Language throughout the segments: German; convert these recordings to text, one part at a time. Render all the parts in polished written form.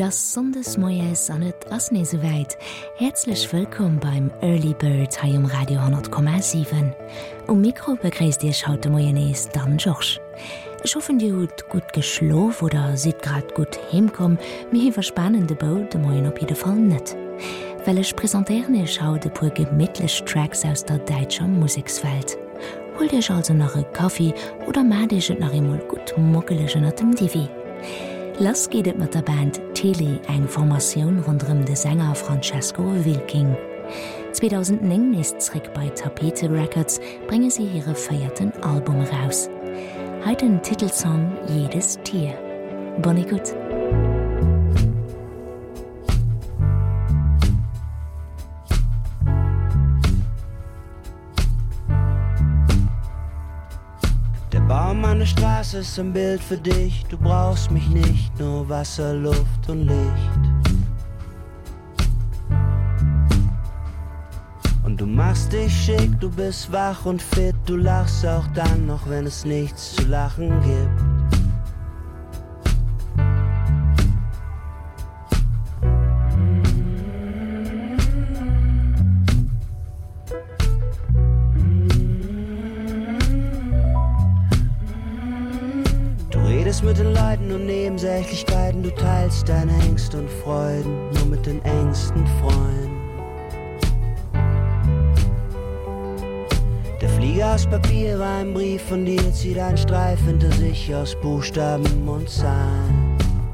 Das Sonntagsmorgens an et ass nie so weit. Herzlich willkommen beim Early Bird hier im Radio 10,7. Mikro begrüßt ihr heute Morgens Dan Josh. Ich hoffe, ihr habt gut geschlafen oder seid gerade gut heimgekommen. Mir haben spannende Boot morgen auf jeden Fall nicht. Weil ich präsentiere euch heute ein paar gemütliche Tracks aus der deutschen Musikwelt. Holt euch also noch einen Kaffee oder macht euch noch einmal gut muckelig nach dem TV. Los geht es mit der Band Tele, eine Formation rund um den Sänger Francesco Wilking. 2009 ist zurück bei Tapete Records, bringen sie ihre feierten Album raus. Heute ein Titelsong Jedes Tier. Bonne gut. Baum an der Straße ist ein Bild für dich. Du brauchst mich nicht, nur Wasser, Luft und Licht. Und du machst dich schick, du bist wach und fit. Du lachst auch dann noch, wenn es nichts zu lachen gibt. Mit den Leuten und Nebensächlichkeiten, du teilst deine Ängste und Freuden nur mit den engsten Freunden. Der Flieger aus Papier war ein Brief von dir, zieht ein Streif hinter sich aus Buchstaben und Zahlen.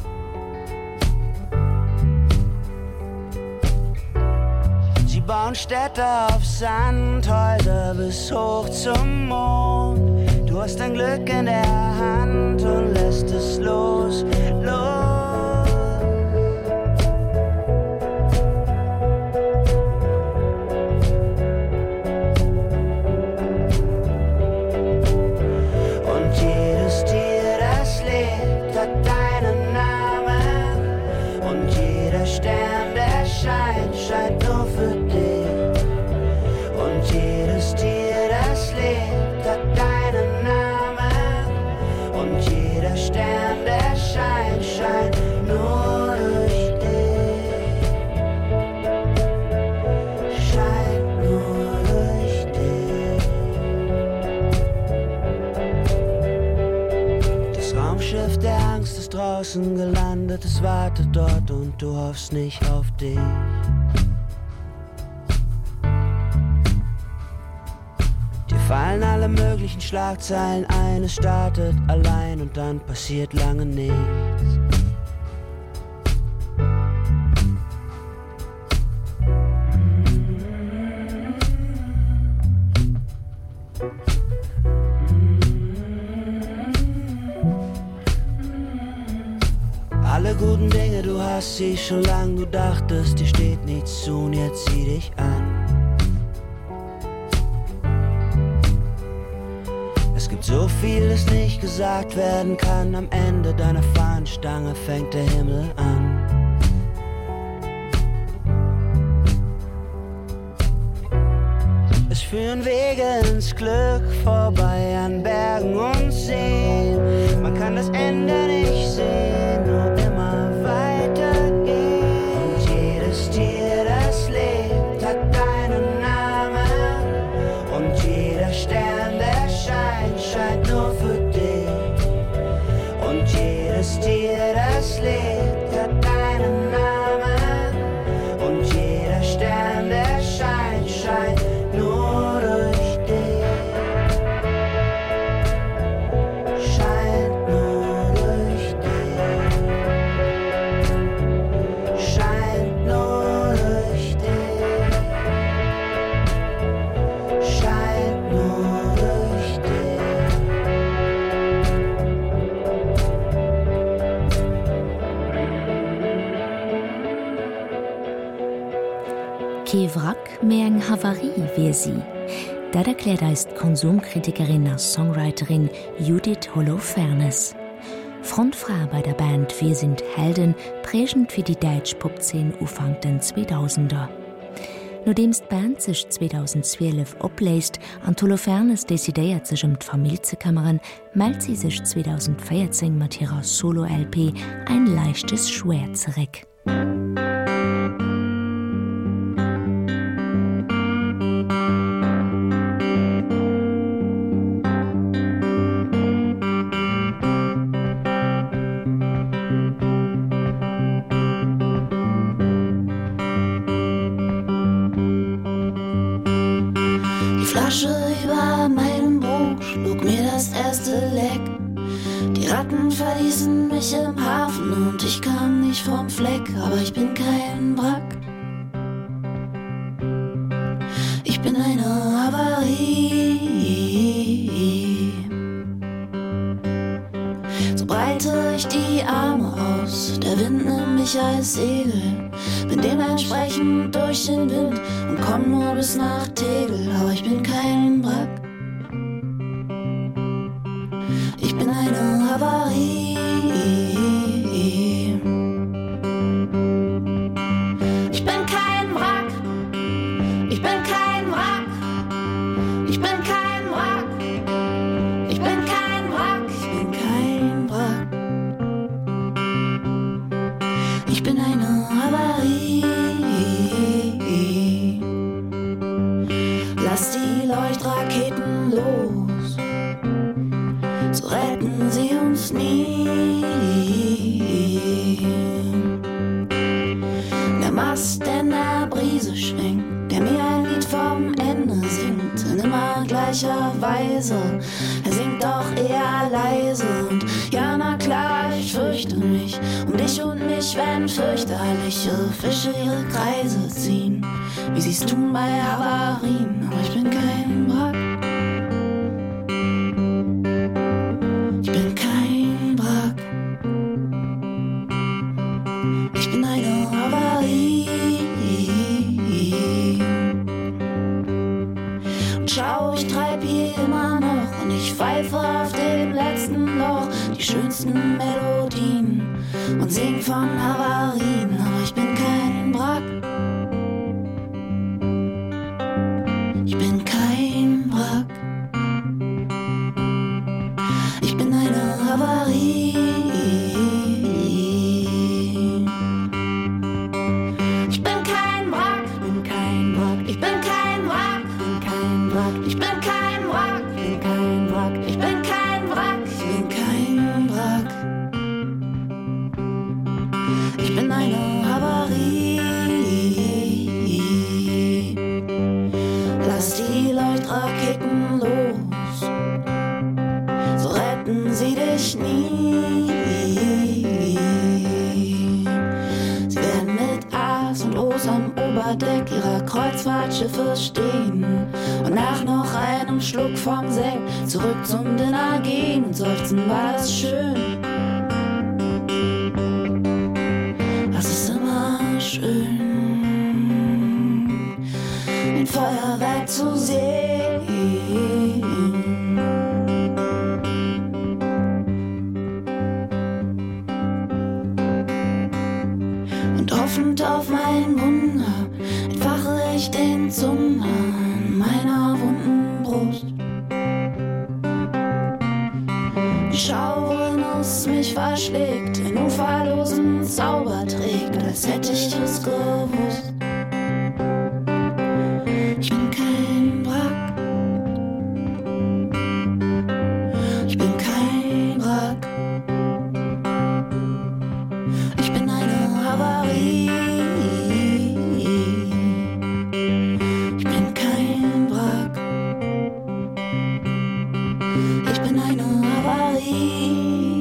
Sie bauen Städte auf Sand, Häuser bis hoch zum Mond. Du hast dein Glück in der Hand und lässt es los, los. Und jedes Tier, das lebt, hat deinen Namen. Und jeder Stern, der scheint, scheint nur für dich. Und jedes Tier, das lebt, hat deinen Namen. Und jeder Stern, der scheint, scheint nur durch dich. Scheint nur durch dich. Das Raumschiff der Angst ist draußen gelandet, es wartet dort und du hoffst nicht auf dich. Fallen alle möglichen Schlagzeilen ein, es startet allein und dann passiert lange nichts. Alle guten Dinge, du hast sie schon lang, du dachtest, dir steht nichts zu und jetzt zieh dich an. So viel, das nicht gesagt werden kann. Am Ende deiner Fahnenstange fängt der Himmel an. Es führen Wege ins Glück, vorbei an Bergen und Seen. Man kann das Ende nicht sehen, nur immer weitergehen. Und jedes Tier, das lebt, hat deinen Namen. Und jeder Stern, der scheint, scheint nur für dich. Und jedes Tier, das lebt, hat deinen Namen. Und jeder Stern, der scheint, scheint nur durch dich. Scheint nur durch dich. Scheint nur durch dich. Scheint nur durch dich. Kein Wrack, mehr eine Havarie wie sie. Das erklärt als Konsumkritikerin und Songwriterin Judith Holofernes. Frontfrau bei der Band Wir sind Helden, prägend für die deutsche Popszene Anfang den 2000er. Nodems d'Band sech 2012 opläist an Holofernes desidéiert sech die Familie ze kümmern, meldet sie sich 2014 mit ihrer Solo-LP ein leichtes Schwer zurück. Über meinen Bug schlug mir das erste Leck. Die Ratten verließen mich im Hafen und ich kam nicht vom Fleck, aber ich bin kein Wrack. Ich bin eine Havarie. So breite ich die Arme aus, der Wind nimmt mich als Segel. Bin dementsprechend durch den Wind und komm nur bis nach Tegel, aber ich bin kein Wrack. Ich bin eine Havarie. Ich bin kein Wrack. Ich bin kein Wrack. Ich bin kein Wrack. Ich bin kein Wrack. Ich bin kein Wrack. Ich bin eine Havarie. Lass die Leuchtraketen los, so retten sie uns nie. Der Mast, der in der Brise schwingt, der mir ein Lied vom Ende singt, in immer gleicher Weise. Er singt doch eher leise und ja, na klar, ich fürchte mich um dich und mich, wenn fürchterliche Fische ihre Kreise ziehen, wie sie's tun bei Havarien, aber ich bin kein Wrack. Ich bin kein Wrack. Ich bin eine Havarie. Und schau, ich treib hier immer noch und ich pfeife auf dem letzten Loch die schönsten Melodien und sing von Havarien, aber ich bin kein Wrack. Ich bin kein Wrack. Ich bin eine Havarie. Ich bin kein Wrack. Bin kein Wrack. Ich bin kein Wrack. Bin kein Wrack. Ich bin kein Wrack. Bin kein Wrack. Ich bin kein Wrack. Ich bin kein Wrack. Ich bin eine Havarie. Lass die Leuchtraketen los, so retten sie dich nie. Sie werden mit A's und O's am Oberdeck ihrer Kreuzfahrtschiffe stehen und nach noch einem Schluck vom Sekt zurück zum Dinner gehen und seufzen, war es schön. Das ist immer schön, ein Feuerwerk zu sehen und hoffend auf mein Wunder entfache ich den Zunder in meiner wunden Brust. Schau, wohin es mich verschlägt, den uferlosen Zauber trägt, als hätte ich es gewusst. Ich bin kein Wrack. Ich bin kein Wrack. Ich bin eine Havarie. Ich bin kein Wrack. Ich bin eine Havarie.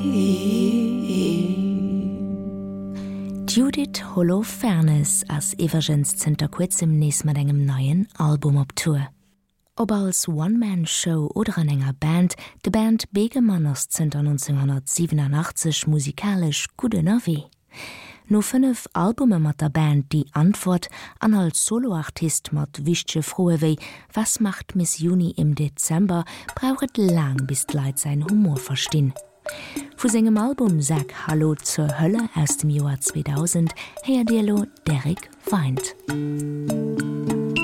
Judith Holofernes als Evergens zenter kurzem nees mat engem neuen Album op Tour. Ob als One-Man-Show oder an enger Band, de Band Begemann ass 1987 musikalisch gut wie. No 5 Albume mat der Band die Antwort an als Soloartist mat wichtige Frohe wei, was macht Miss Juni im Dezember, brauchet lang bis d'Leit sein Humor verstehen. Fu segem Album Sag Hallo zur Hölle aus dem Jahr 2000 her Dielo Derek weint.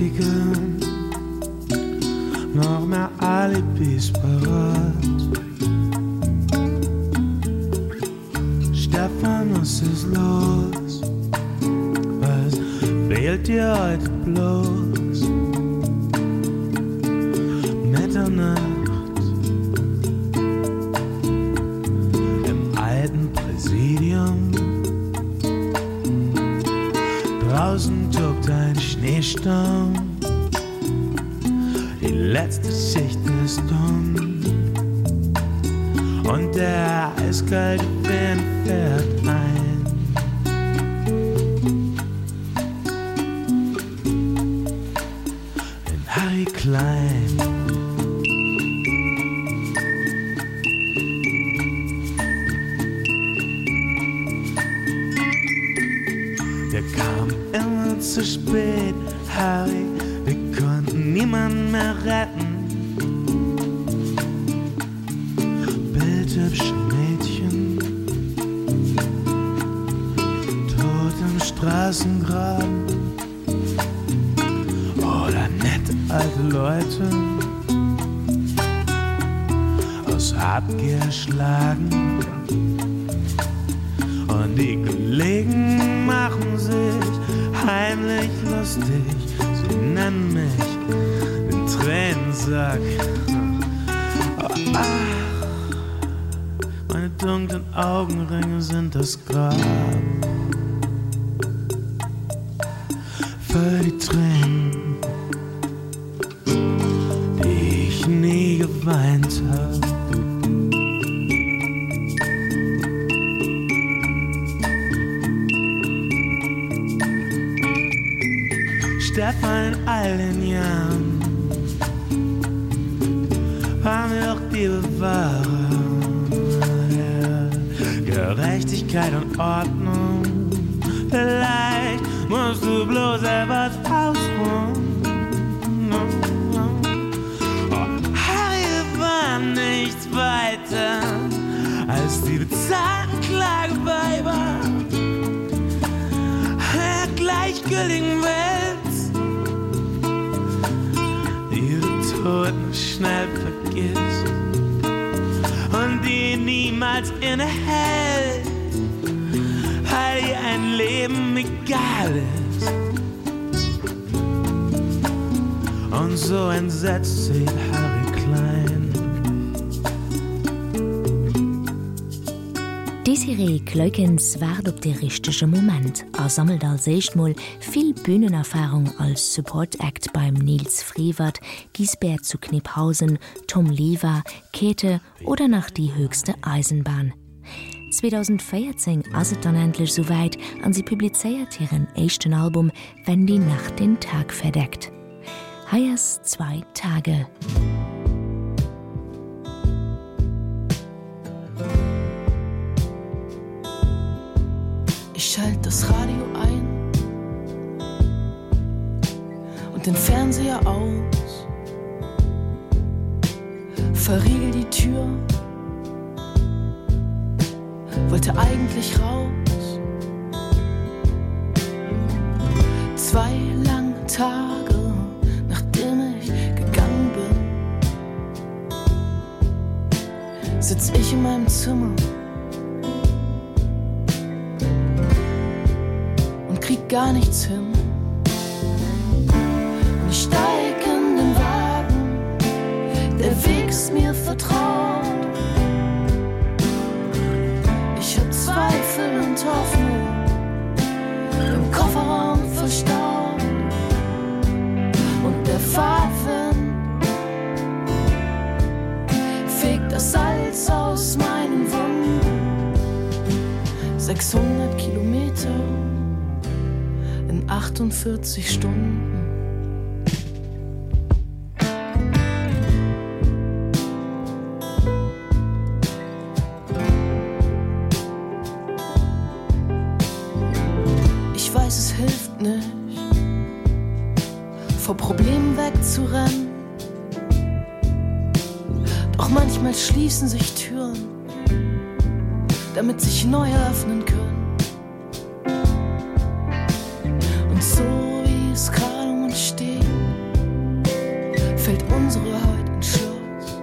Taktiken, noch mehr Alibis parat. Stefan, was ist los? Was fehlt dir heute bloß? Mitternacht im alten Präsidium. Draußen tobt ein Schneesturm. Die letzte Schicht ist dumm. Und der eiskalte Wind fährt ein. In Harry Klein. Der kam immer zu spät, Harry. Wir konnten niemanden mehr retten. Bildhübsche Mädchen, tot im Straßengraben. Oder nette alte Leute, aus Habgier erschlagen. Und die Kollegen machen sich heimlich lustig. Sie nennen mich den Tränensack. Ach, meine dunklen Augenringe sind das Grab. Für die Tränen, die ich nie geweint hab. Stefan in all den Jahren war mir auch die Bewahrer der Gerechtigkeit und Ordnung. Vielleicht musst du bloß etwas ausruhen. Oh, Harry war nichts weiter als die bezahlten Klageweiber der gleichgültigen Welt. Toten schnell vergisst und die niemals innehält, weil ihr ein Leben egal ist. Und so entsetzt sieht Harry Klein. Desiree Kleukens ward op de richtige Moment. Sammelt als Echtmol viel Bühnenerfahrung als Support Act beim Nils Frevert, Gisbert zu Kniphausen, Tom Lever, Käthe oder nach die höchste Eisenbahn. 2014 aset dann endlich soweit an sie publizeiert ihren echten Album Wenn die Nacht den Tag verdeckt. Heiers 2 Tage. Ich schalte das Radio ein und den Fernseher aus, verriegel die Tür, wollte eigentlich raus. 2 lange Tage, nachdem ich gegangen bin, sitz ich in meinem Zimmer krieg gar nichts hin. Und ich steig in den Wagen, der Weg ist mir vertraut. Ich hab Zweifel und Hoffnung im Kofferraum verstaut. Und der Fahrtwind fegt das Salz aus meinen Wunden. 600 Kilometer 48 Stunden. Ich weiß, es hilft nicht, vor Problemen wegzurennen. Doch manchmal schließen sich Türen, damit sich neue öffnen können. So wie es gerade steht, unsere Haut in Schloss.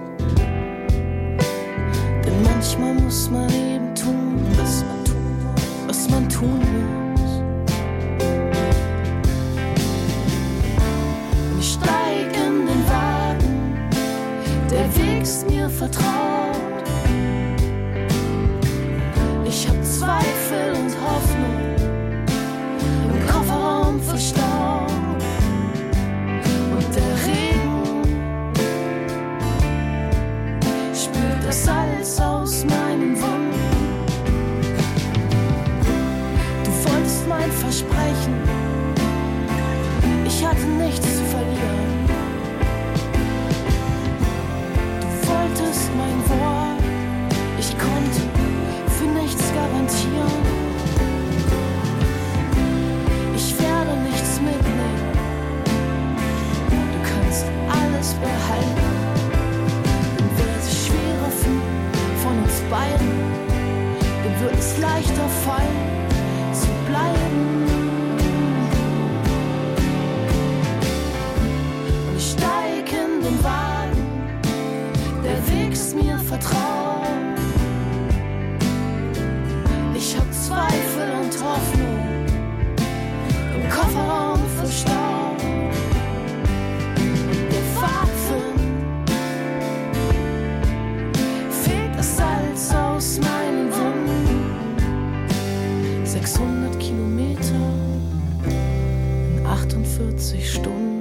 Denn manchmal muss man eben tun, was man tun muss. Und ich steig in den Wagen, der Weg ist mir vertraut. Ich hab Zweifel und Hoffnung im Kofferraum verstaut. Und der Regen spült das Salz aus meinen Wunden. Du wolltest mein Versprechen, ich hatte nichts zu verlieren. Du wolltest mein Wort, ich konnte für nichts garantieren. Ich werde nichts mitnehmen, du kannst alles behalten. Und wer sich schwerer fühlt von uns beiden, dem wird es leichter fallen, zu bleiben. Und ich steig in den Wagen, der Weg ist mir vertraut. Ich hab Zweifel und Hoffnung im Kofferraum verstaut. Der Pfadfind fegt das Salz aus meinen Wunden. 600 Kilometer in 48 Stunden.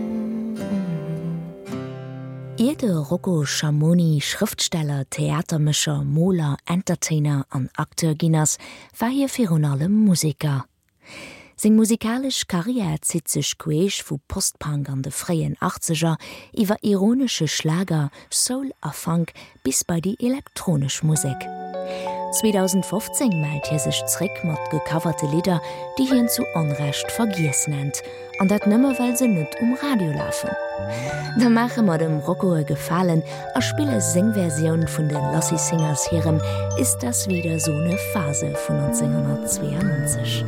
Ede Rocco Schamoni, Schriftsteller, Theatermischer, Moler, Entertainer an Akteur Ginners, war hier allem Musiker. Sing musikalisch Karriere zieht sich queich vu Postpunk an de freien 80er iwwer ironische Schlager, Soul a Funk bis bei die elektronisch Musik. 2015 meldt hier sich zrick mat gecoverte Lieder, die hien zu Unrecht vergiss nennt, an dat nëmmer weil se net Radio laufen. Da mache mat dem Rocco gefallen, a spiele Singversion vun den Lassie Singers herem, ist das wieder so ne Phase von 1992.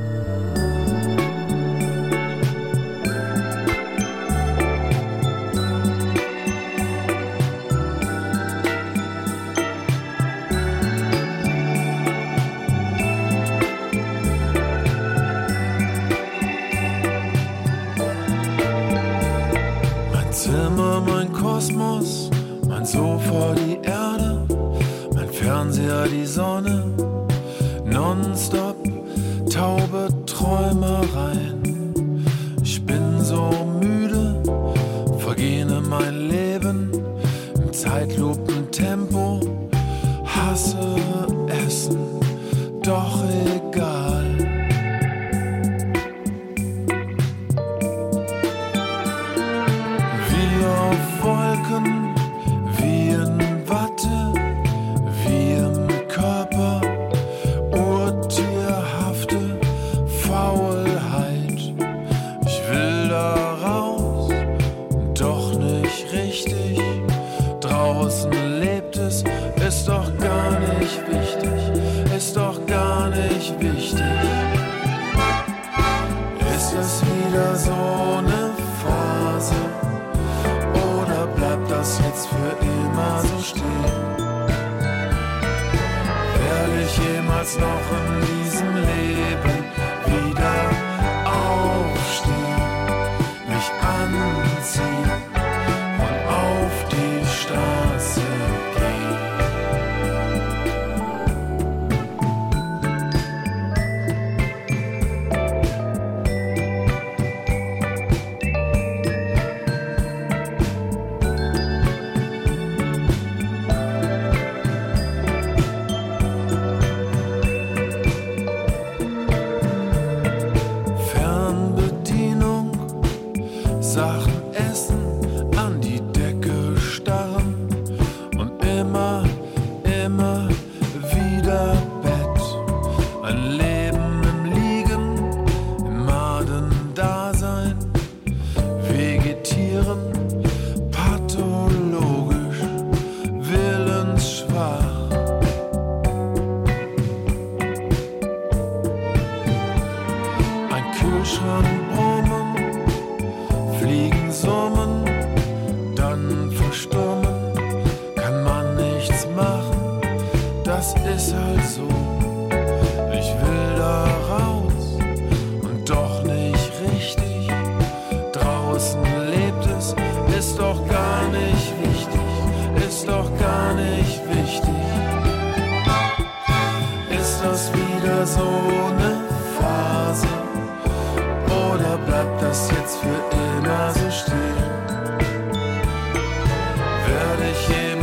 Mein Sofa die Erde, mein Fernseher die Sonne, nonstop taube Träumereien. Ich bin so müde, vergehne mein Leben im Zeitlupentempo, hasse Essen, doch egal. Wie auf Wolken, wie in Watte, wie im Körper, urtierhafte Faulheit. Ich will da raus, doch nicht richtig. Draußen lebt es, ist doch gar nicht wichtig, ist doch gar nicht wichtig. Ist es wieder so eine Phase? Oder bleibt das jetzt für immer so stehen? Werde ich jemals noch in diesem Leben wieder aufstehen, mich anziehen und auf die Straße gehen?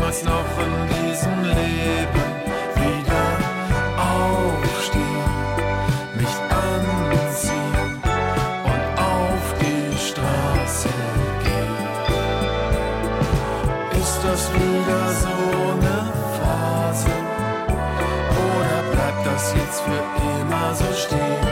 jemals noch in diesem Leben wieder aufstehen, mich anziehen und auf die Straße gehen? Ist das wieder so eine Phase oder bleibt das jetzt für immer so stehen?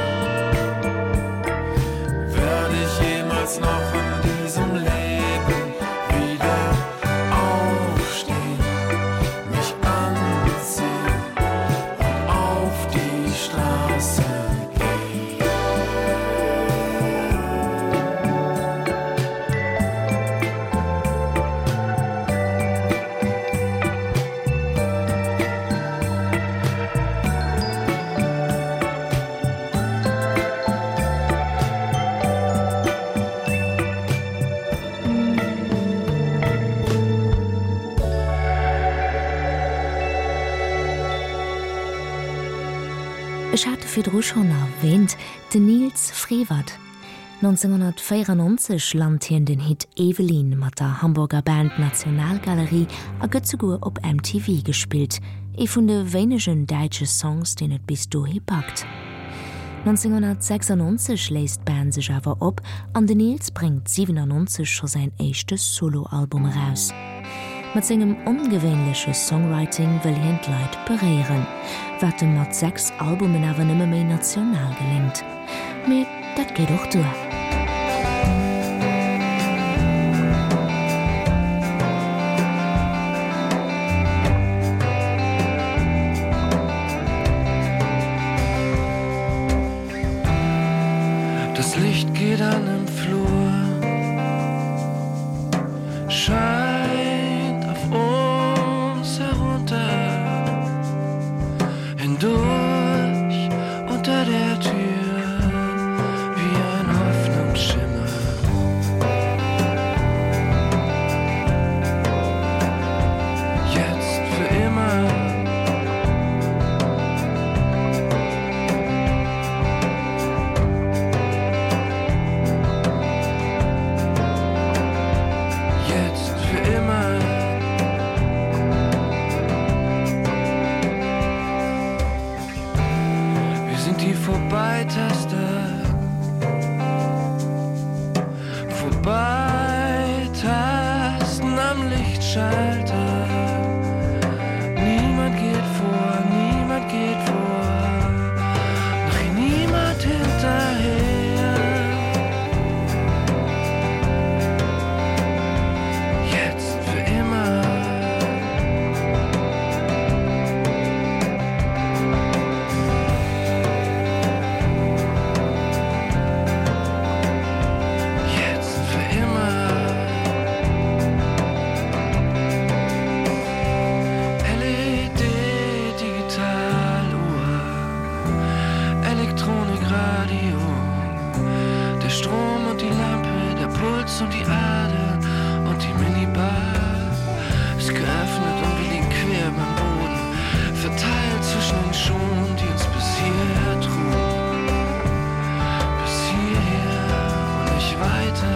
Werde ich jemals noch in diesem Leben wieder aufstehen, mich anziehen und auf die Straße Ich hatte für schon erwähnt, den Nils Frevert. 1994 landet hier den Hit Evelyn mit der Hamburger Band Nationalgalerie a Götzegur op MTV gespielt, von den wenigen deutschen Songs, den es bis dahin packt. 1996 lässt die Band sich aber ab und den Nils bringt 1997 schon sein erstes Soloalbum raus. Mit seinem ungewöhnlichen Songwriting will er die Leute berehren, was ihm mit 6 Albumen aber nicht mehr national gelingt. Aber das geht auch durch. Das Licht geht an im Flur, scheint auf uns herunter, hindurch unter der Tür, wie ein Hoffnungsschimmer. Jetzt für immer. Vorbeitasten am Lichtschalter. Niemand geht vor, noch niemand hinterher. Jetzt für immer. Und die Ader und die Minibar ist geöffnet und wir liegen quer beim Boden, verteilt zwischen den Schuhen, die uns bis hierher trugen. Bis hierher und nicht weiter.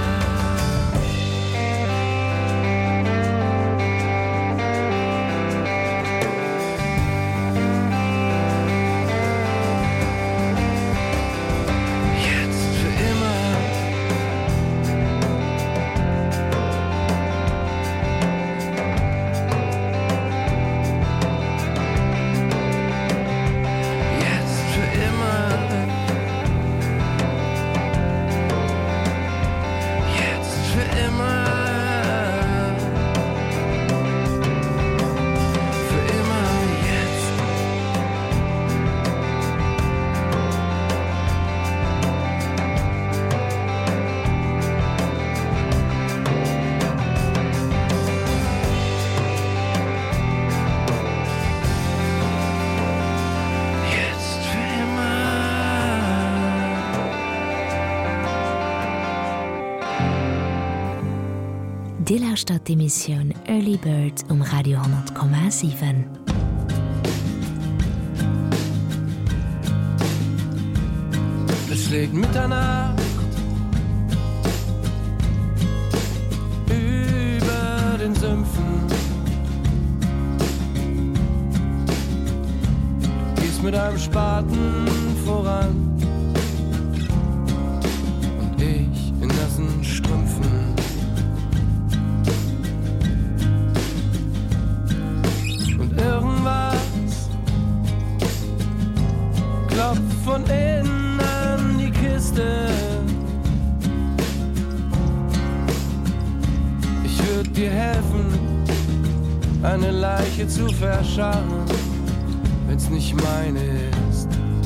Die lauscht die Mission Early Bird Radio 100,7. Es schlägt Mitternacht über den Sümpfen. mit einem Spaten voran. Und ich in nassen Strümpfen. Und irgendwas klopft von innen an die Kiste. Ich würde dir helfen, eine Leiche zu verscharren, wenn's nicht meine ist.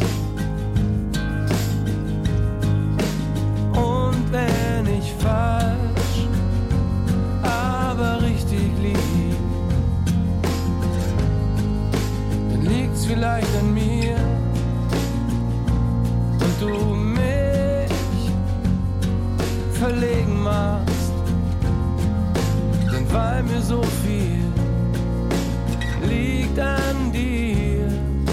Und wenn ich falsch, aber richtig lieg, dann liegt's vielleicht an mir und du mich verlegen machst, denn weil mir so viel liegt an dir,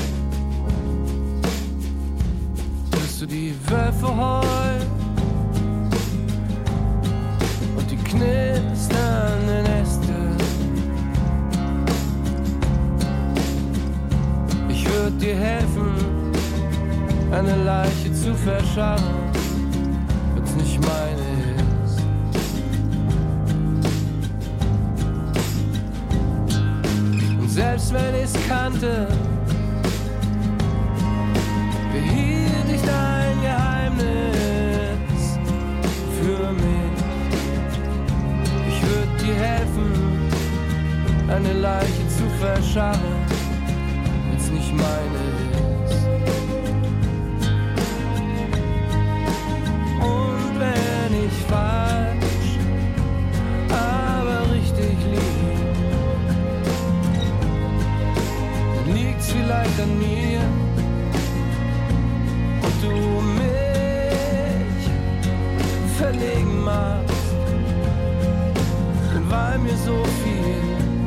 dass du die Wölfe heulst und die knisternden Äste. Ich würde dir helfen, eine Leiche zu verscharren, wenn's nicht meine ist. Und selbst wenn ich's kannte, behielt ich dein Geheimnis für mich. Ich würde dir helfen, eine Leiche zu verscharren, wenn's nicht meine ist. Und wenn ich falsch, aber richtig lieg, dann liegt's vielleicht an mir und du mich verlegen machst, denn weil mir so viel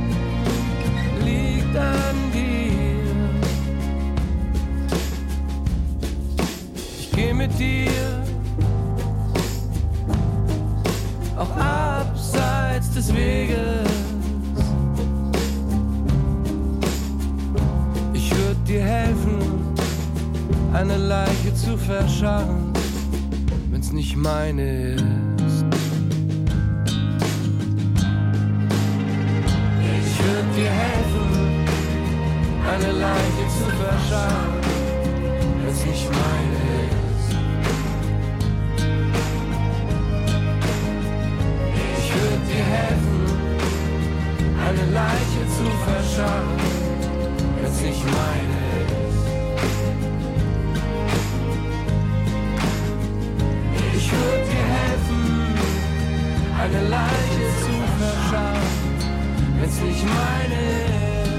liegt an dir. Ich geh mit dir auch abseits des Weges. Ich würde dir helfen, eine Leiche zu verscharren, wenn's nicht meine ist. Ich würde dir helfen, eine Leiche zu verscharren, wenn's nicht meine ist. Ich würde dir helfen, eine Leiche zu verscharren, wenn's nicht meine ist. Ich würde dir helfen, eine Leiche zu verscharren, wenn's nicht meine ist.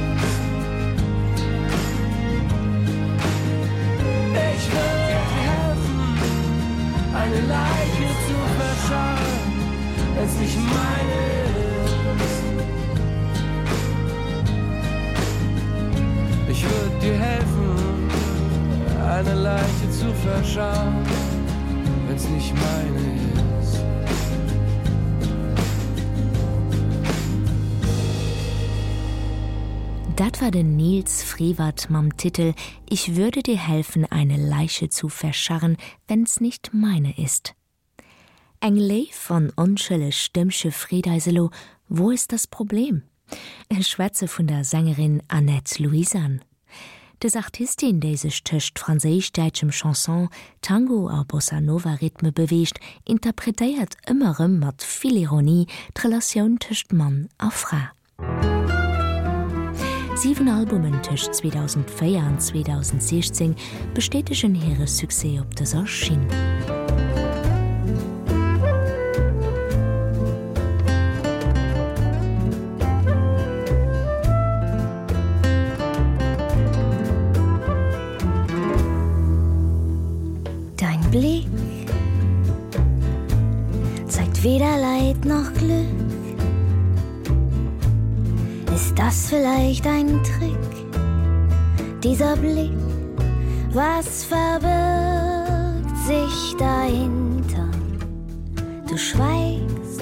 Ich würde dir helfen, eine Leiche zu verscharren, wenn's nicht meine ist. Ich würde dir helfen, eine Leiche zu verscharren, wenn's nicht meine ist. Dat war den Nils Frevert mam Titel »Ich würde dir helfen, eine Leiche zu verscharren, wenn's nicht meine ist«. Eng Leif von onschëlle Stimmsche Friedeiselo, wo ist das Problem? Schwätze vun der Sängerin Annette Louisanne. Des Artistin, déi sech tëcht franséisch-deitschem Chanson, Tango a Bossa Nova Rhythme beweescht, interpretéiert ëmmerem mat vill Ironie d'Relatioun tëcht Mann a Fra. 7 Albumen tëcht 2004 an 2016 bestätigen hire Suse op deser Schien. Dein Blick zeigt weder Leid noch Glück. Ist das vielleicht ein Trick? Dieser Blick, was verbirgt sich dahinter? Du schweigst,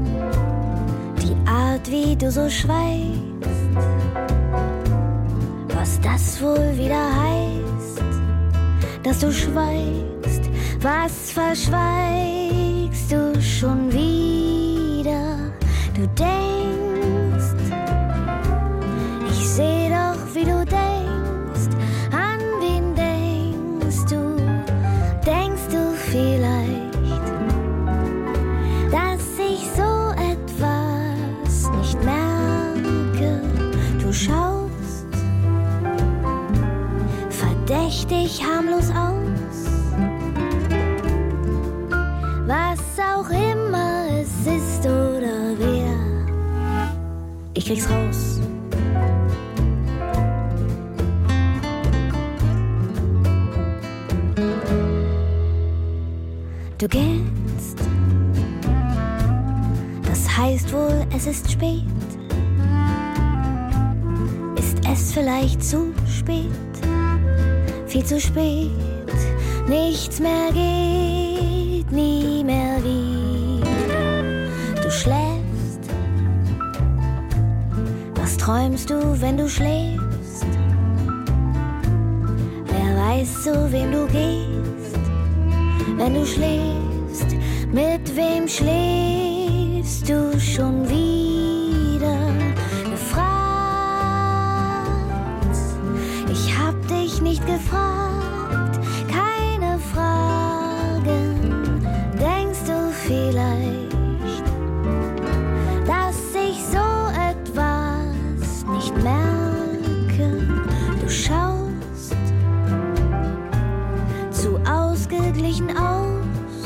die Art, wie du so schweigst, was das wohl wieder heißt, dass du schweigst, was verschweigst du schon wieder? Du denkst, ich seh doch, wie du denkst, an wen denkst du? Denkst du vielleicht, dass ich so etwas nicht merke? Du schaust verdächtig harmlos aus, was auch immer es ist oder wer. Ich krieg's raus. Du gehst, das heißt wohl, es ist spät. Ist es vielleicht zu spät? Viel zu spät, nichts mehr geht, nie mehr wieder. Du schläfst, was träumst du, wenn du schläfst? Wer weiß, zu wem du gehst, wenn du schläfst? Mit wem schläfst du schon wieder? Gefragt, ich hab dich nicht gefragt, keine Fragen. Denkst du vielleicht, dass ich so etwas nicht merke? Du schaust zu ausgeglichen aus,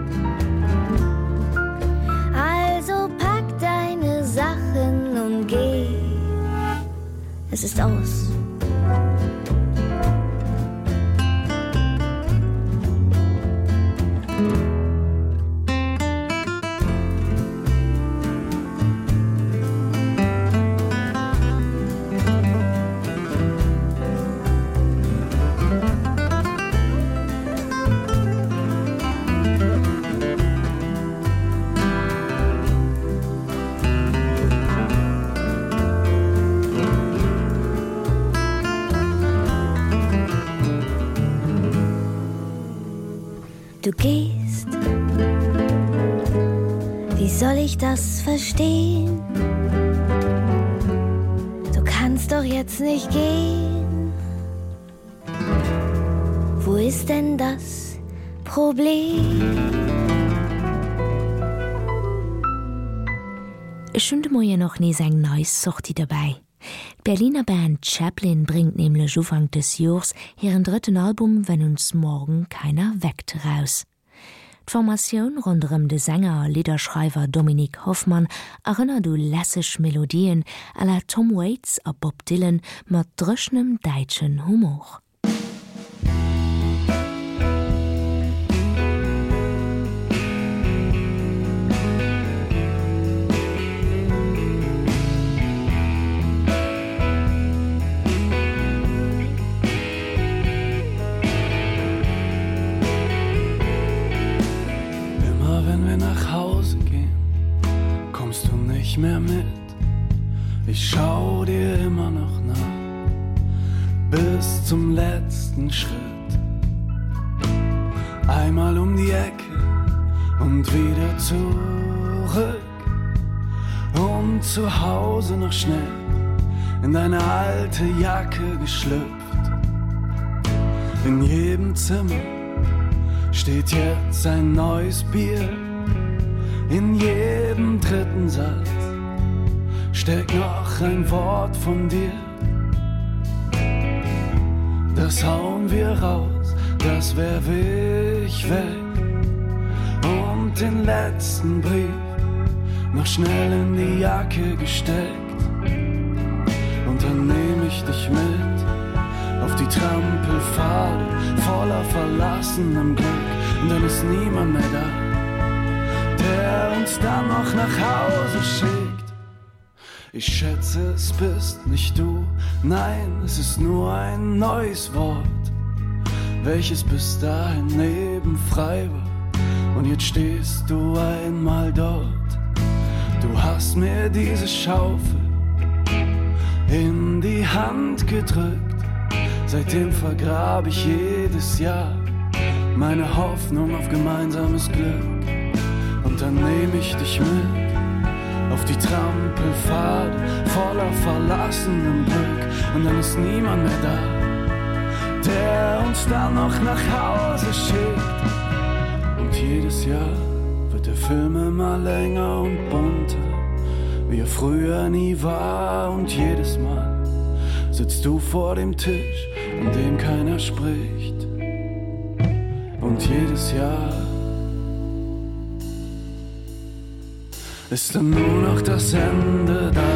also pack deine Sachen und geh. Es ist aus. Du gehst, wie soll ich das verstehen? Du kannst doch jetzt nicht gehen. Wo ist denn das Problem? Schon de Moie noch nie seg neues Sorti dabei. Berliner Band Chaplin bringt nämlich Anfang des Jahres ihren dritten Album Wenn uns morgen keiner weckt raus. Die Formation rund um den Sänger Liederschreiber Dominik Hoffmann erinnert du lässig Melodien à la Tom Waits a Bob Dylan mit dröschnem deutschen Humor. Mehr mit, ich schau dir immer noch nach, bis zum letzten Schritt. Einmal um die Ecke und wieder zurück und zu Hause noch schnell in deine alte Jacke geschlüpft. In jedem Zimmer steht jetzt ein neues Bier, in jedem dritten Satz steckt noch ein Wort von dir. Das hauen wir raus, das werf ich weg und den letzten Brief noch schnell in die Jacke gesteckt. Und dann nehm ich dich mit auf die Trampelpfade voller verlassenem Glück. Und dann ist niemand mehr da, der uns dann noch nach Hause schickt. Ich schätze, es bist nicht du, nein, es ist nur ein neues Wort, welches bis dahin nebenfrei war. Und jetzt stehst du einmal dort. Du hast mir diese Schaufel in die Hand gedrückt. Seitdem vergrabe ich jedes Jahr meine Hoffnung auf gemeinsames Glück. Und dann nehme ich dich mit auf die Trampelpfade voller verlassenem Glück. Und dann ist niemand mehr da, der uns dann noch nach Hause schickt. Und jedes Jahr wird der Film immer länger und bunter, wie er früher nie war. Und jedes Mal sitzt du vor dem Tisch, an dem keiner spricht. Und jedes Jahr ist dann nur noch das Ende da.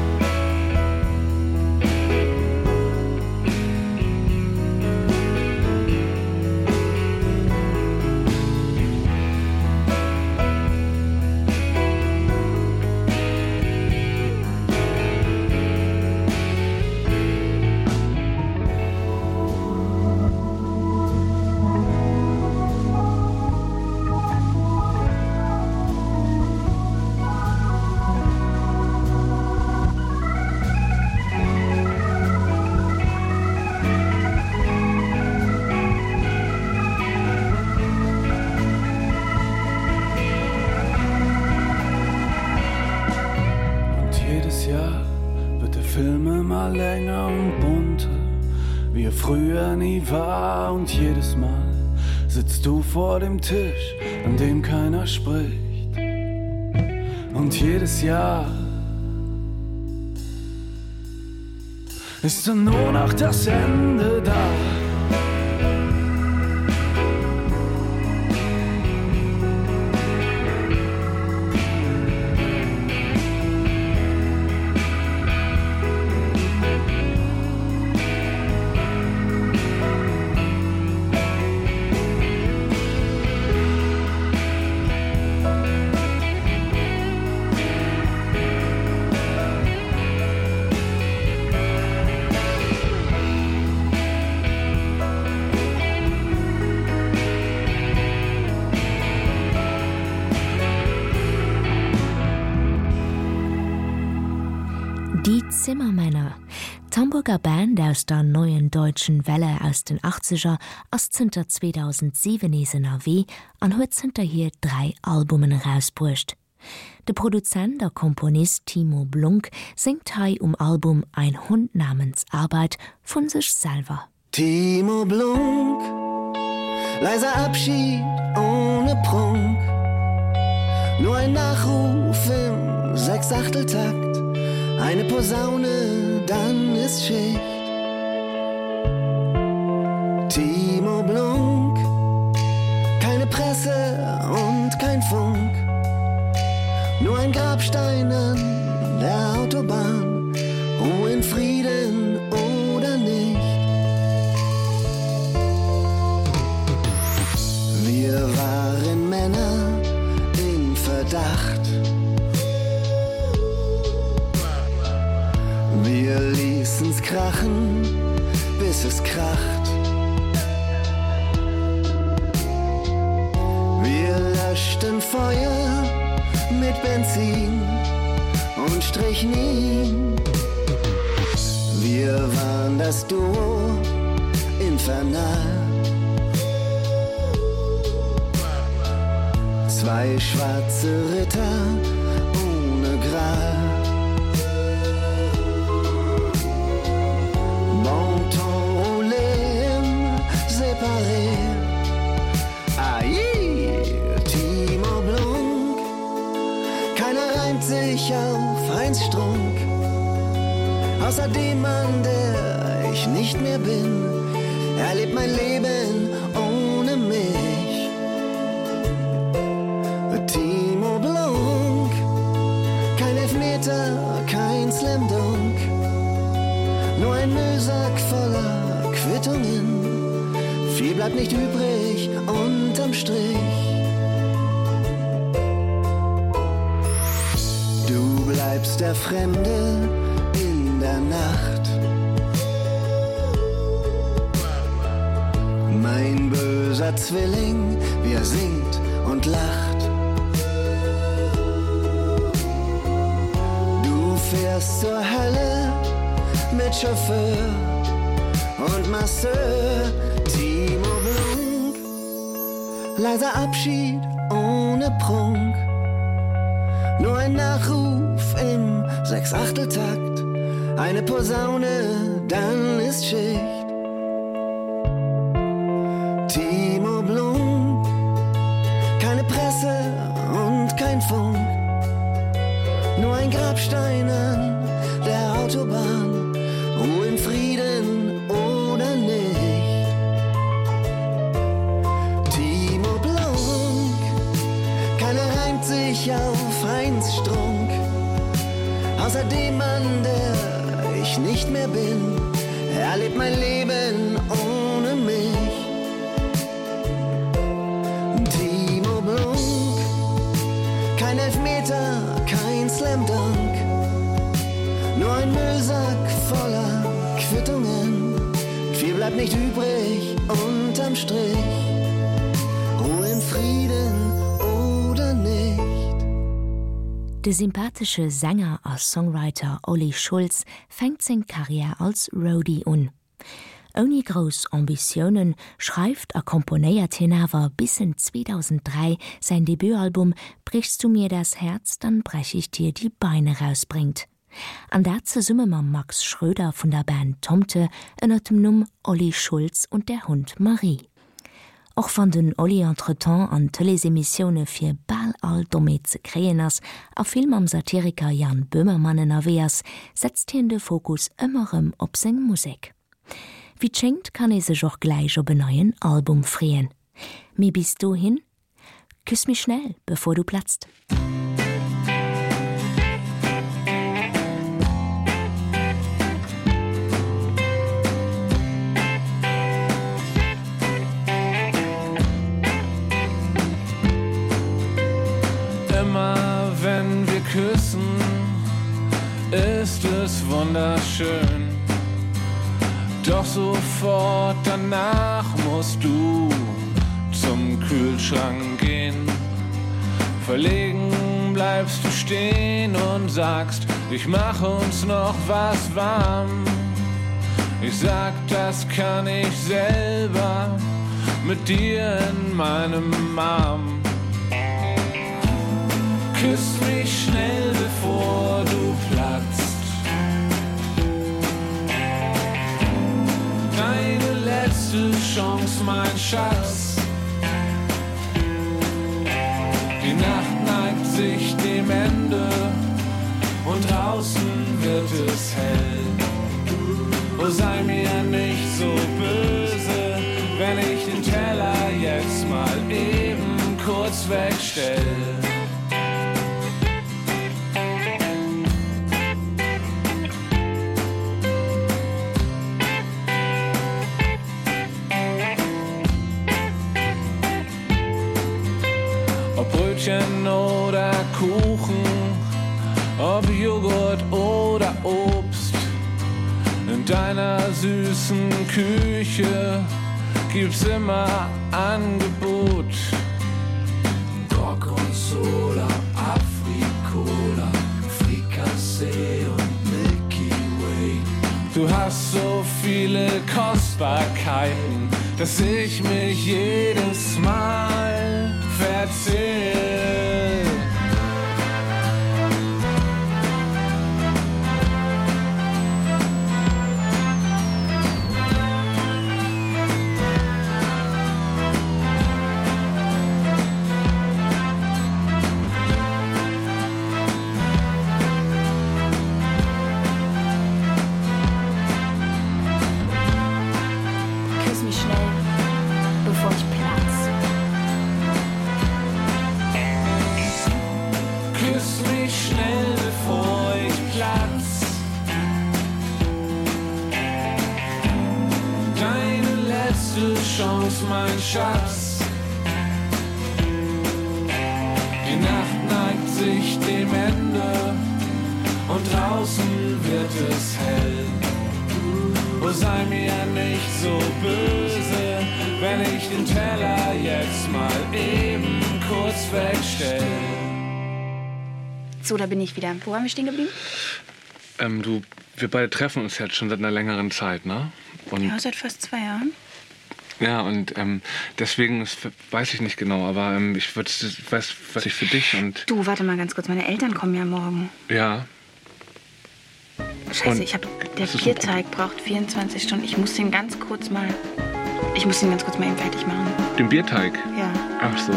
Vor dem Tisch, an dem keiner spricht. Und jedes Jahr ist dann nur noch das Ende da. Zimmermänner, Hamburger Band aus der neuen deutschen Welle aus den 80er aus Zinter 2007 in NRW an huet Zinter hier 3 Albumen rausbrucht. Der Produzent, der Komponist Timo Blunk singt hei Album Ein Hund namens Arbeit von sich selber. Timo Blunk, leiser Abschied ohne Prunk, nur ein Nachruf im 6/8-Takt. Eine Posaune, dann ist Schicht. Timo Blunk, keine Presse und kein Funk, nur ein Grabstein an der Autobahn, Ruhe in Frieden oder nicht. Wir waren Männer in Verdacht. Wir ließen's krachen, bis es kracht. Wir löschten Feuer mit Benzin und strichen ihn. Wir waren das Duo infernal. 2 schwarze Ritter ohne Gral. Timo Blunk, keiner reimt sich auf Heinz Strunk, außer dem Mann, der ich nicht mehr bin. Er lebt mein Leben ohne mich. Timo Blunk, kein Elfmeter, kein Slam Dunk, nur ein Müllsack voller Quittungen. Viel bleibt nicht übrig unterm Strich. Du bleibst der Fremde in der Nacht, mein böser Zwilling, wie er singt und lacht. Du fährst zur Hölle mit Chauffeur und Masseur. Timo Blunk, leiser Abschied ohne Prunk. Nur ein Nachruf im 6/8-Takt, eine Posaune, dann ist Schicht. Timo Blunk, keine Presse und kein Funk, nur ein Grabstein an der Autobahn, Ruhe in Frieden oder nicht. Timo Blunk, keiner reimt sich auf Heinz Strunk, außer dem Mann, der ich nicht mehr bin. Er lebt mein Leben ohne mich. Timo Blunk, kein Elfmeter, kein Slam Dunk, nur ein Müllsack voller Quittungen. Viel bleibt nicht übrig unterm Strich. Ruhe in Frieden oder nicht. Der sympathische Sänger als Songwriter Olli Schulz fängt seine Karriere als Roadie an. Ohne große Ambitionen schreibt komponiert aber bis in 2003 sein Debütalbum Brichst du mir das Herz, dann brech ich dir die Beine rausbringt. An der zusammen mit Max Schröder von der Band Tomte unter dem Namen Olli Schulz und der Hund Marie. Auch von den Olli entretemps an Telesemissionen für ball all Domme zu kreen ist, auf Film am Satiriker Jan Böhmermann erwehrs, setzt hier den Fokus immer auf seine Musik. Wie schenkt kann sich auch gleich auf ein neues Album freuen. Mir bis du hin? Küss mich schnell, bevor du platzt. Immer wenn wir küssen, ist es wunderschön. Doch sofort danach musst du zum Kühlschrank gehen. Verlegen bleibst du stehen und sagst, ich mach uns noch was warm. Ich sag, das kann ich selber mit dir in meinem Arm. Küss mich schnell, bevor du platzt. Deine letzte Chance, mein Schatz. Die Nacht neigt sich dem Ende und draußen wird es hell. Oh, sei mir nicht so böse, wenn ich den Teller jetzt mal eben kurz wegstell. Oder Kuchen, ob Joghurt oder Obst. In deiner süßen Küche gibt's immer Angebot. Gorgonzola, Afrikola, Frikassee und Milky Way. Du hast so viele Kostbarkeiten, dass ich mich jedes Mal verzähl. Chance, mein Schatz. Die Nacht neigt sich dem Ende und draußen wird es hell. Oh, sei mir nicht so böse, wenn ich den Teller jetzt mal eben kurz wegstell. So, da bin ich wieder. Wo waren wir stehen geblieben? Du wir beide treffen uns jetzt schon seit einer längeren Zeit, ne? Und ja, seit fast 2 Jahren. Ja, und deswegen weiß ich nicht genau, aber ich weiß, was ich für dich und... Du, warte mal ganz kurz, meine Eltern kommen ja morgen. Ja. Scheiße, der Bierteig braucht 24 Stunden. Ich muss den ganz kurz mal eben fertig machen. Den Bierteig? Ja. Ach so.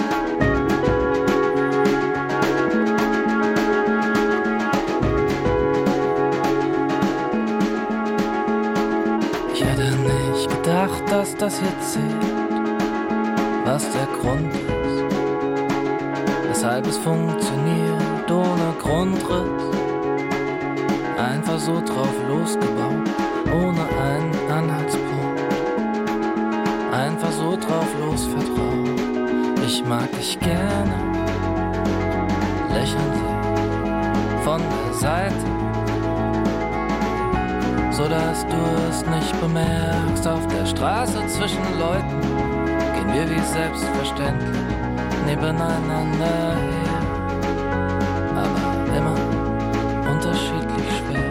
Ich hätte nicht gedacht, dass das jetzt zählt, was der Grund ist, weshalb es funktioniert ohne Grundriss. Einfach so drauf losgebaut, ohne einen Anhaltspunkt. Einfach so drauf los vertraut. Ich mag dich gerne, lächeln sie von der Seite, so dass du es nicht bemerkst. Auf der Straße zwischen Leuten gehen wir wie selbstverständlich nebeneinander her, aber immer unterschiedlich schwer.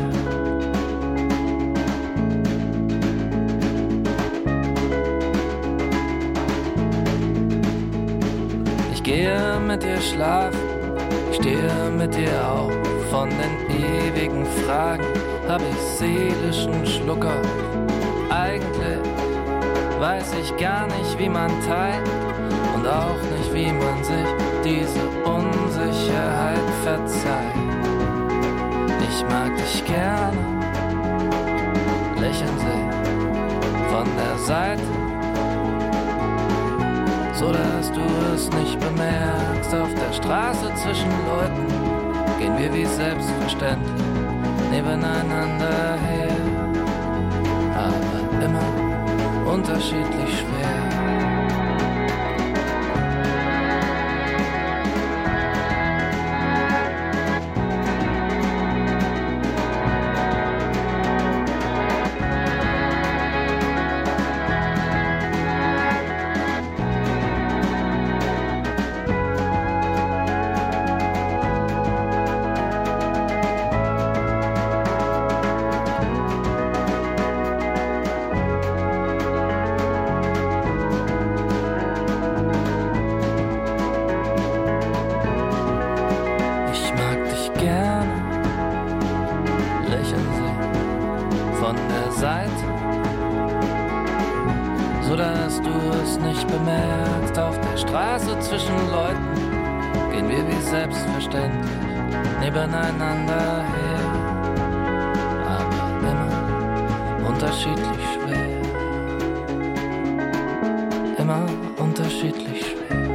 Ich gehe mit dir schlafen, ich stehe mit dir auf. Von den ewigen Fragen hab ich seelischen Schluck auf. Eigentlich weiß ich gar nicht, wie man teilt und auch nicht, wie man sich diese Unsicherheit verzeiht. Ich mag dich gerne, lächeln sie von der Seite, so dass du es nicht bemerkst. Auf der Straße zwischen Leuten gehen wir wie selbstverständlich nebeneinander her, aber immer unterschiedlich schwer. Nebeneinander her, aber immer unterschiedlich schwer. Immer unterschiedlich schwer.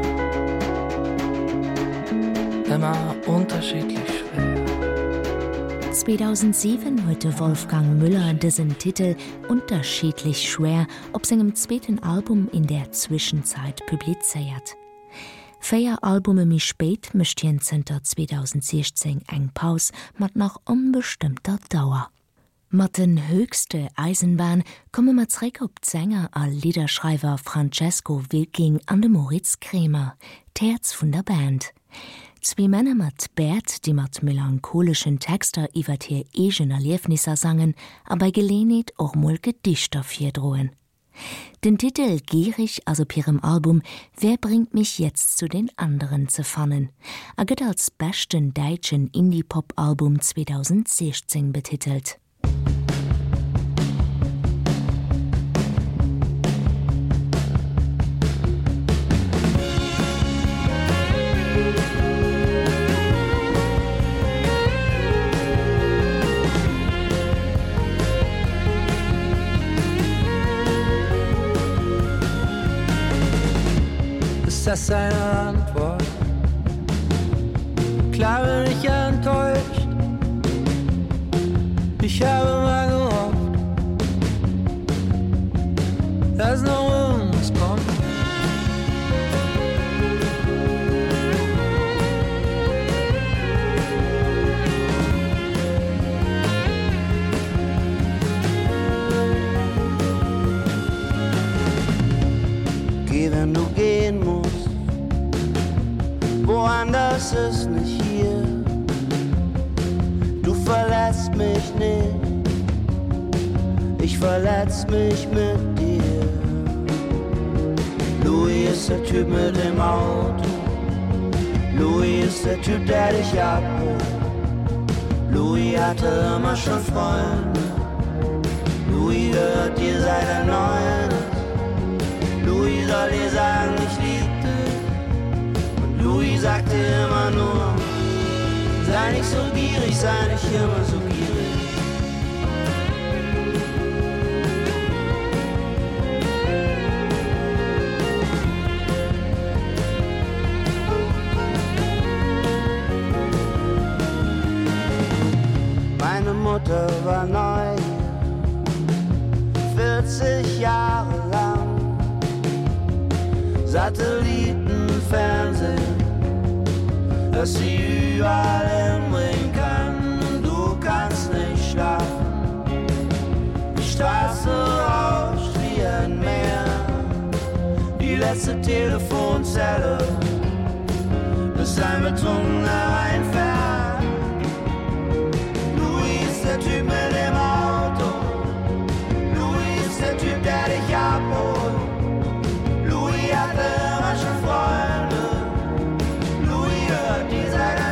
Immer unterschiedlich schwer. 2007 huete Wolfgang Müller diesen Titel „Unterschiedlich schwer" op segem zweiten Album in der Zwischenzeit publizeiert. 4 Albume mi spät mischt hien zenter 2016 eng Paus mat nach unbestimmter Dauer. Mat den höchste Eisenbahn komme mat zräck op Sänger a Liederschreiber Francesco Wilking an de Moritz Krämer, Terz vun der Band. 2 Männer mat Bert, die mat melancholischen Texter iwwer hir egen Erliefnisser sangen, a bei Gelegenheit och mol Gedichter firdroen. Den Titel Gierig, also pirem Album „Wer bringt mich jetzt zu den anderen zu fannen", gëtt als besten deitschen Indie-Pop-Album 2016 betitelt. Ist das eine Antwort? Klar bin ich enttäuscht. Ich habe mal gehofft, dass noch uns kommt. Geh, wenn du gehen musst, woanders ist nicht hier. Du verlässt mich nicht, Ich verletz mich mit dir. Louis ist der Typ mit dem Auto. Louis ist der Typ, der dich abholt. Louis hatte immer schon Freunde. Louis gehört dir seit der 9. Louis soll dir sagen, ich lieb dich. Und Louis sagt dir immer nur, sei nicht so gierig, sei nicht immer so gierig. Meine Mutter war neu, 40 Jahre lang. Satellitenfernsehen, dass sie überall hinbringen kann. Und du kannst nicht schlafen. Die Straße rauscht wie ein Meer. Die letzte Telefonzelle, bis ein Betrunkener reinfährt. Louis ist der Typ mit dem Auto. Louis ist der Typ, der dich abholt. Louis hatte immer schon Freunde. Louis hört die seit der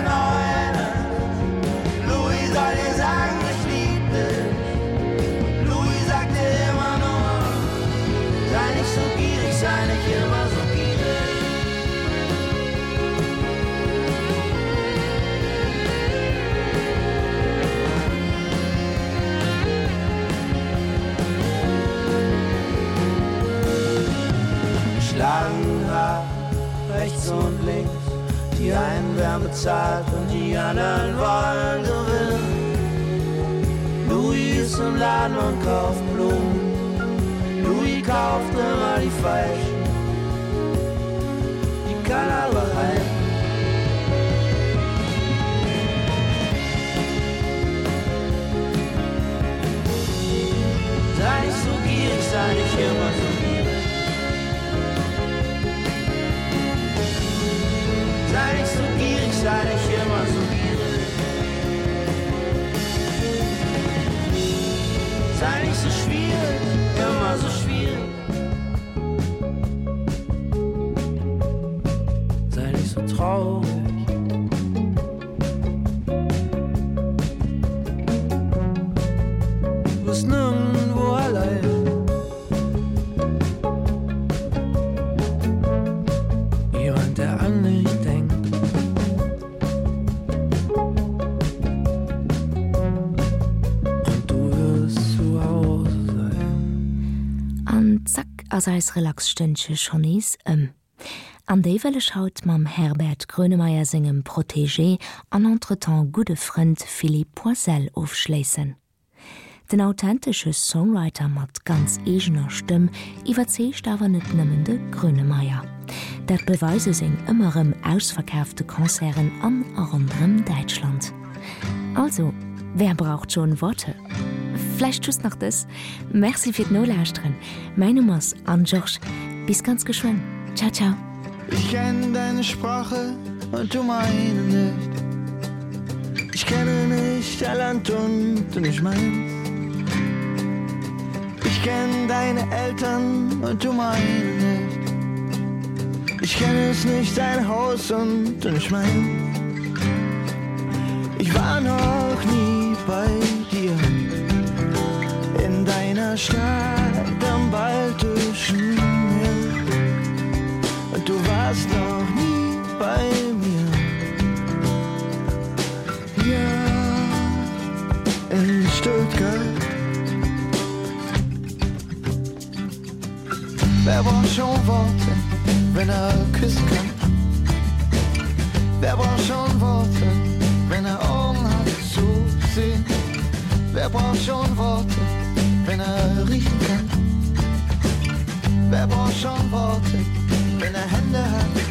9. Louis soll dir sagen, ich lieb dich. Louis sagt dir immer nur, sei nicht so gierig, sei nicht immer so gierig. Schlangenhaar, rechts und links. Die einen werden bezahlt und die anderen wollen gewinnen. Louis ist im Laden und kauft Blumen. Louis kauft immer die falschen. Die kann er behalten. Sei nicht so gierig, sei nicht immer so gierig. Sei nicht so gierig, sei nicht immer so gierig. Sei nicht so schwierig, immer so schwierig. Sei nicht so traurig. Du bist nirgendwo allein. Jemand, der an dich denkt. Und du wirst zu Hause sein. An zack as eis Relaxstëndche schon is An déiwelle schaut mam Herbert Grönemeyer singem Protégé an entretemps gute Freund Philippe Poisel aufschleessen. Den authentische Songwriter mat ganz egener Stimm iwwerzecht awer net nëmmen de Grönemeyer. Dat beweise seg ëmmerem ausverkaufte Konzeren an anderem Deutschland. Also, wer braucht schon Worte? Vielleicht just nach das. Merci für no Lauschtren. Mein Name ist Anne George. Bis ganz geschwind. Ciao, ciao. Ich kenne deine Sprache und du meine nicht. Ich kenne nicht dein Land und du nicht meins. Ich kenne deine Eltern und du meine nicht. Ich kenne es nicht dein Haus und du nicht meins. Ich war noch nie bei dir in deiner Stadt am Baltischen Meer. Und du warst noch nie bei mir. Ja, in Stuttgart. Wer braucht schon Worte, wenn küssen kann? Wer braucht schon Worte, wenn Augen hat zu sehen? Wer braucht schon Worte, wenn riechen kann? Wer braucht schon Worte, wenn Hände hat